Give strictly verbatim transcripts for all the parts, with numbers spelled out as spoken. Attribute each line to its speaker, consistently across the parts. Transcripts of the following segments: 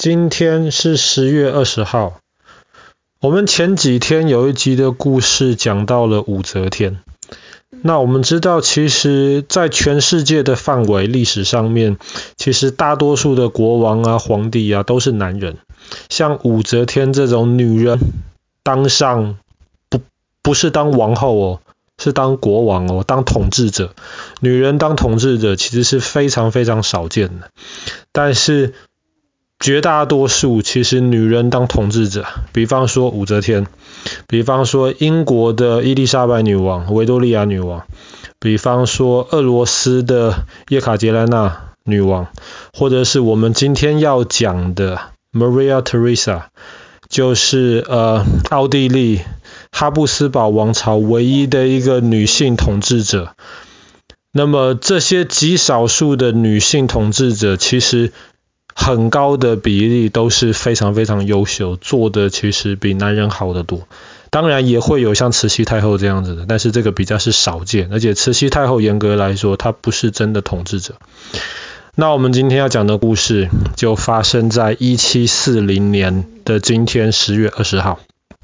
Speaker 1: 今天是十月二十号。我们前几天有一集的故事讲到了武则天。那我们知道，其实在全世界的范围历史上面，其实大多数的国王啊、皇帝啊都是男人。像武则天这种女人当上，不不是当王后哦，是当国王哦，当统治者。女人当统治者其实是非常非常少见的。但是绝大多数其实女人当统治者，比方说武则天，比方说英国的伊丽莎白女王、维多利亚女王，比方说俄罗斯的叶卡捷琳娜女王，或者是我们今天要讲的 Maria Theresa， 就是呃奥地利哈布斯堡王朝唯一的一个女性统治者。那么这些极少数的女性统治者，其实很高的比例都是非常非常优秀，做的其实比男人好得多。当然也会有像慈禧太后这样子的，但是这个比较是少见，而且慈禧太后严格来说，她不是真的统治者。那我们今天要讲的故事就发生在一七四零年的今天十月二十号。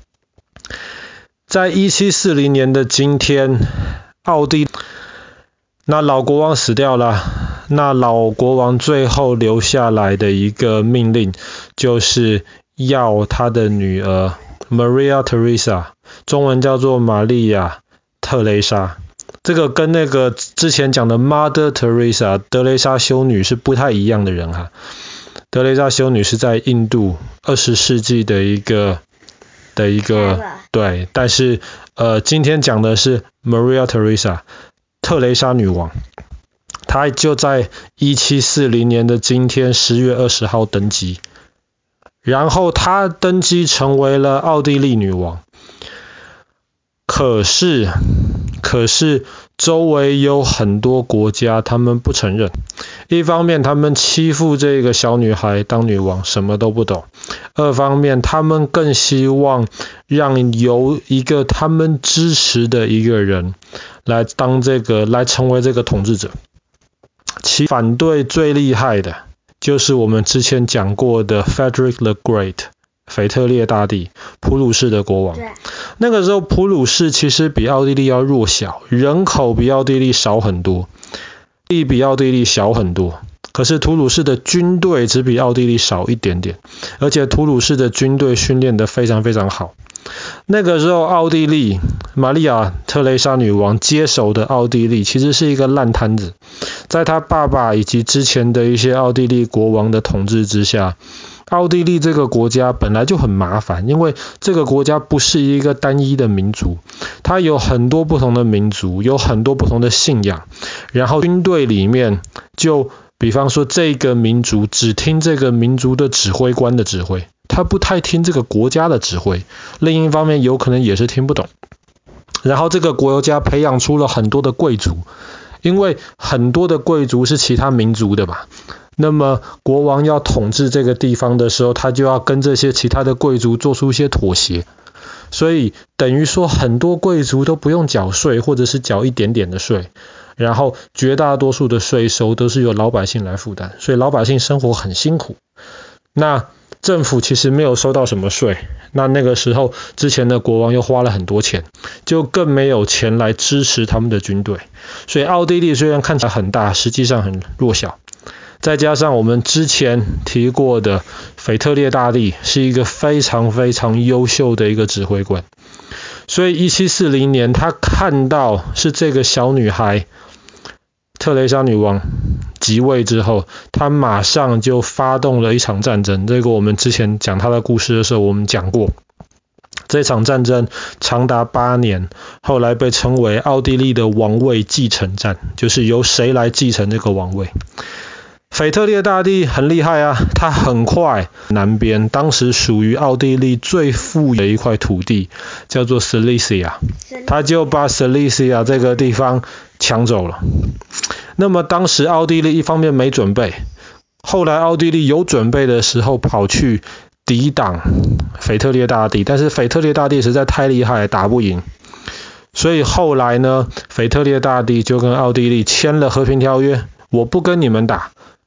Speaker 1: 在一七四零年的今天，奥地那老国王死掉了，那老国王最后留下来的一个命令，就是要他的女儿 Maria Theresa， 中文叫做玛利亚特蕾莎。这个跟那个之前讲的 Mother Teresa 德蕾莎修女是不太一样的人哈。德蕾莎修女是在印度二十世纪的一个的一个对，但是呃今天讲的是 Maria Theresa。特蕾莎女王，她就在一七四零年的今天十月二十号登基，然后她登基成为了奥地利女王。可是，可是周围有很多国家他们不承认，一方面他们欺负这个小女孩当女王，什么都不懂；二方面他们更希望让由一个他们支持的一个人来当这个来成为这个统治者。其反对最厉害的就是我们之前讲过的 Frederick the Great， 腓特烈大帝，普鲁士的国王。那个时候普鲁士其实比奥地利要弱小，人口比奥地利少很多，地比奥地利小很多。可是图鲁士的军队只比奥地利少一点点，而且图鲁士的军队训练得非常非常好。那个时候奥地利玛利亚特蕾莎女王接手的奥地利其实是一个烂摊子，在她爸爸以及之前的一些奥地利国王的统治之下，奥地利这个国家本来就很麻烦，因为这个国家不是一个单一的民族，它有很多不同的民族，有很多不同的信仰，然后军队里面就比方说这个民族只听这个民族的指挥官的指挥，他不太听这个国家的指挥，另一方面有可能也是听不懂。然后这个国家培养出了很多的贵族，因为很多的贵族是其他民族的吧，那么国王要统治这个地方的时候，他就要跟这些其他的贵族做出一些妥协，所以等于说很多贵族都不用缴税，或者是缴一点点的税，然后绝大多数的税收都是由老百姓来负担，所以老百姓生活很辛苦。那政府其实没有收到什么税，那那个时候之前的国王又花了很多钱，就更没有钱来支持他们的军队，所以奥地利虽然看起来很大，实际上很弱小。再加上我们之前提过的腓特烈大帝是一个非常非常优秀的一个指挥官，所以一七四零年他看到是这个小女孩特蕾莎女王即位之后，他马上就发动了一场战争。这个我们之前讲他的故事的时候我们讲过，这场战争长达八年，后来被称为奥地利的王位继承战，就是由谁来继承这个王位。腓特烈大帝很厉害啊，他很快南边当时属于奥地利最富的一块土地叫做 Silesia， 他就把 Silesia 这个地方抢走了。那么当时奥地利一方面没准备，后来奥地利有准备的时候跑去抵挡腓特烈大帝，但是腓特烈大帝实在太厉害，打不赢，所以后来呢，腓特烈大帝就跟奥地利签了和平条约，我不跟你们打，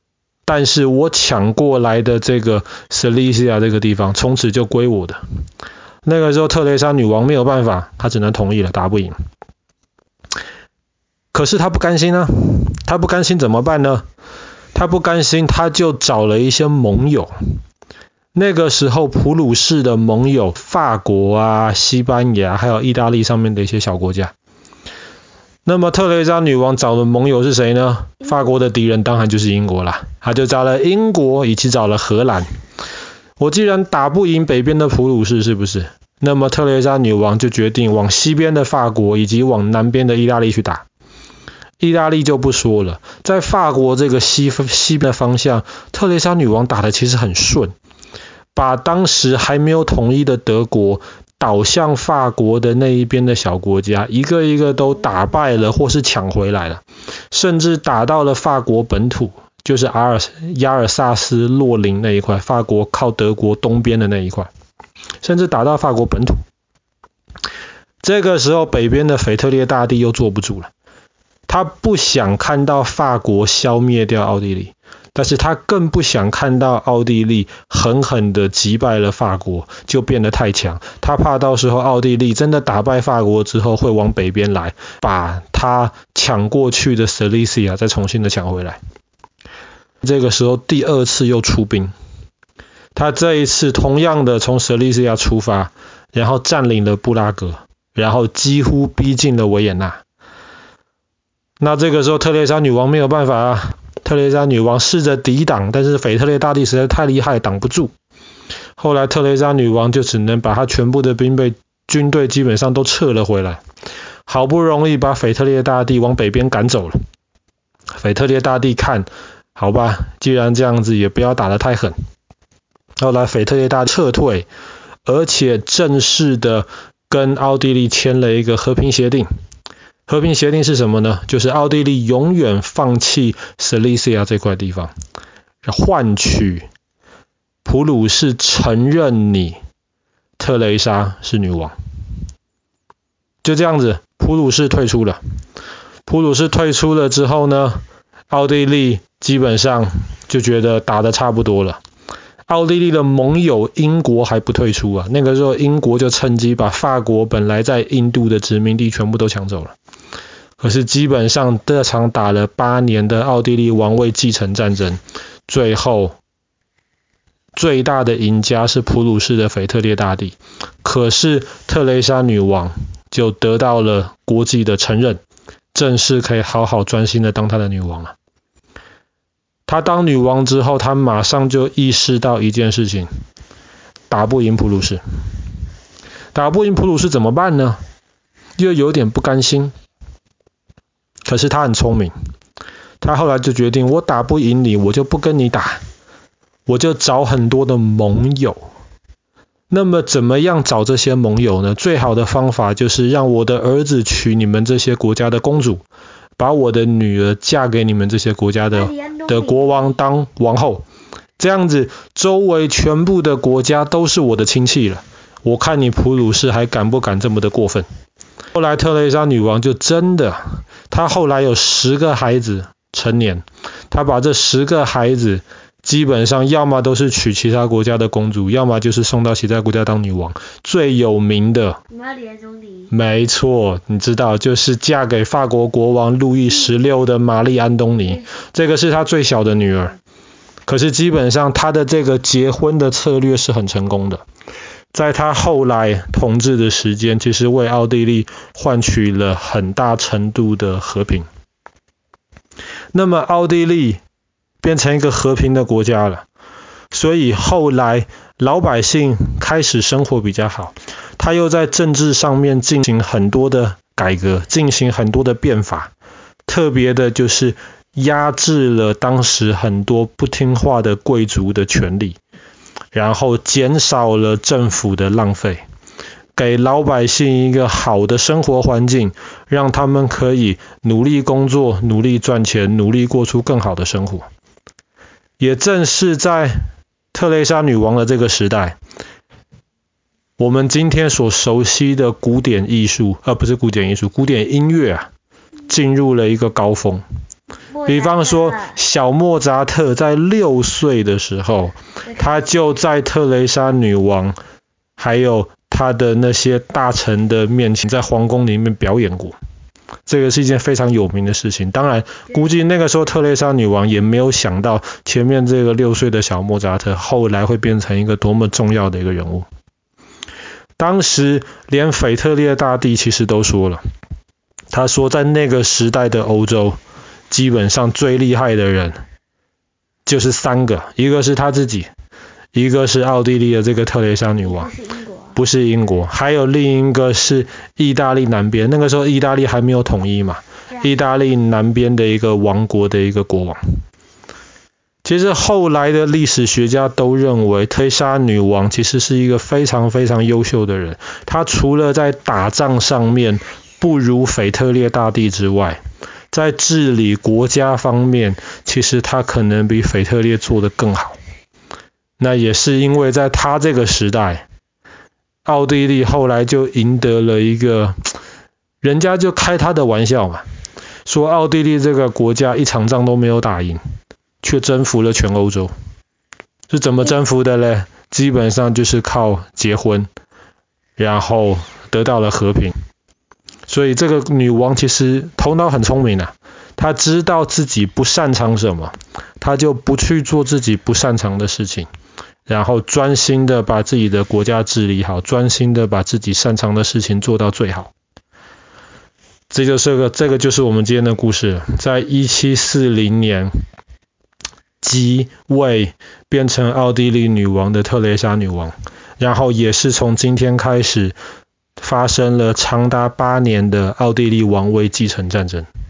Speaker 1: 但是我抢过来的这个塞利西亚这个地方从此就归我的。那个时候特蕾莎女王没有办法，她只能同意了，打不赢。可是她不甘心啊，她不甘心怎么办呢？她不甘心，她就找了一些盟友。那个时候普鲁士的盟友，法国啊、西班牙还有意大利上面的一些小国家。那么特蕾莎女王找的盟友是谁呢？法国的敌人当然就是英国啦，她就找了英国，以及找了荷兰。我既然打不赢北边的普鲁士，是不是？那么特蕾莎女王就决定往西边的法国以及往南边的意大利去打。意大利就不说了，在法国这个西西边的方向，特蕾莎女王打的其实很顺，把当时还没有统一的德国倒向法国的那一边的小国家，一个一个都打败了或是抢回来了，甚至打到了法国本土，就是阿尔亚尔萨斯洛林那一块，法国靠德国东边的那一块，甚至打到法国本土。这个时候北边的腓特烈大帝又坐不住了，他不想看到法国消灭掉奥地利，但是他更不想看到奥地利狠狠地击败了法国，就变得太强。他怕到时候奥地利真的打败法国之后会往北边来，把他抢过去的塞利西亚再重新的抢回来。这个时候第二次又出兵，他这一次同样的从塞利西亚出发，然后占领了布拉格，然后几乎逼近了维也纳。那这个时候特蕾莎女王没有办法啊，特蕾莎女王试着抵挡，但是腓特烈大帝实在太厉害，挡不住。后来特蕾莎女王就只能把她全部的兵备军队基本上都撤了回来，好不容易把腓特烈大帝往北边赶走了。腓特烈大帝看，好吧，既然这样子也不要打得太狠。后来腓特烈大帝撤退，而且正式的跟奥地利签了一个和平协定。和平协定是什么呢？就是奥地利永远放弃塞利西亚这块地方，换取普鲁士承认你特蕾莎是女王。就这样子，普鲁士退出了。普鲁士退出了之后呢，奥地利基本上就觉得打得差不多了。奥地利的盟友英国还不退出啊，那个时候英国就趁机把法国本来在印度的殖民地全部都抢走了。可是基本上这场打了八年的奥地利王位继承战争，最后最大的赢家是普鲁士的腓特烈大帝，可是特蕾莎女王就得到了国际的承认，正式可以好好专心的当她的女王了。她当女王之后，她马上就意识到一件事情，打不赢普鲁士。打不赢普鲁士怎么办呢？又有点不甘心。可是他很聪明，他后来就决定，我打不赢你，我就不跟你打，我就找很多的盟友。那么怎么样找这些盟友呢？最好的方法就是让我的儿子娶你们这些国家的公主，把我的女儿嫁给你们这些国家的的国王当王后，这样子周围全部的国家都是我的亲戚了。我看你普鲁士还敢不敢这么的过分？后来特蕾莎女王就真的，她后来有十个孩子成年，她把这十个孩子基本上要么都是娶其他国家的公主，要么就是送到其他国家当女王。最有名的，
Speaker 2: 玛丽安东尼，
Speaker 1: 没错，你知道，就是嫁给法国国王路易十六的玛丽安东尼，这个是她最小的女儿。可是基本上她的这个结婚的策略是很成功的。在他后来统治的时间，其实为奥地利换取了很大程度的和平。那么奥地利变成一个和平的国家了，所以后来老百姓开始生活比较好。他又在政治上面进行很多的改革，进行很多的变法，特别的就是压制了当时很多不听话的贵族的权利，然后减少了政府的浪费，给老百姓一个好的生活环境，让他们可以努力工作，努力赚钱，努力过出更好的生活。也正是在特蕾莎女王的这个时代，我们今天所熟悉的古典艺术，呃，不是古典艺术，古典音乐啊，进入了一个高峰。 比方说小莫扎特在六岁的时候，他就在特蕾莎女王还有他的那些大臣的面前，在皇宫里面表演过。这个是一件非常有名的事情。当然，估计那个时候特蕾莎女王也没有想到前面这个六岁的小莫扎特后来会变成一个多么重要的一个人物。当时连腓特烈大帝其实都说了，他说在那个时代的欧洲，基本上最厉害的人就是三个，一个是他自己，一个是奥地利的这个特蕾莎女王，不是英国，还有另一个是意大利南边，那个时候意大利还没有统一嘛，意大利南边的一个王国的一个国王。其实后来的历史学家都认为特蕾莎女王其实是一个非常非常优秀的人，她除了在打仗上面不如腓特烈大帝之外，在治理国家方面，其实她可能比腓特烈做得更好。那也是因为在她这个时代，奥地利后来就赢得了一个，人家就开他的玩笑嘛，说奥地利这个国家一场仗都没有打赢，却征服了全欧洲。是怎么征服的呢？基本上就是靠结婚，然后得到了和平。所以这个女王其实头脑很聪明啊，她知道自己不擅长什么，她就不去做自己不擅长的事情，然后专心的把自己的国家治理好，专心的把自己擅长的事情做到最好。这就是个这个就是我们今天的故事。在一七四零年即位变成奥地利女王的特蕾莎女王，然后也是从今天开始发生了长达八年的奥地利王位继承战争。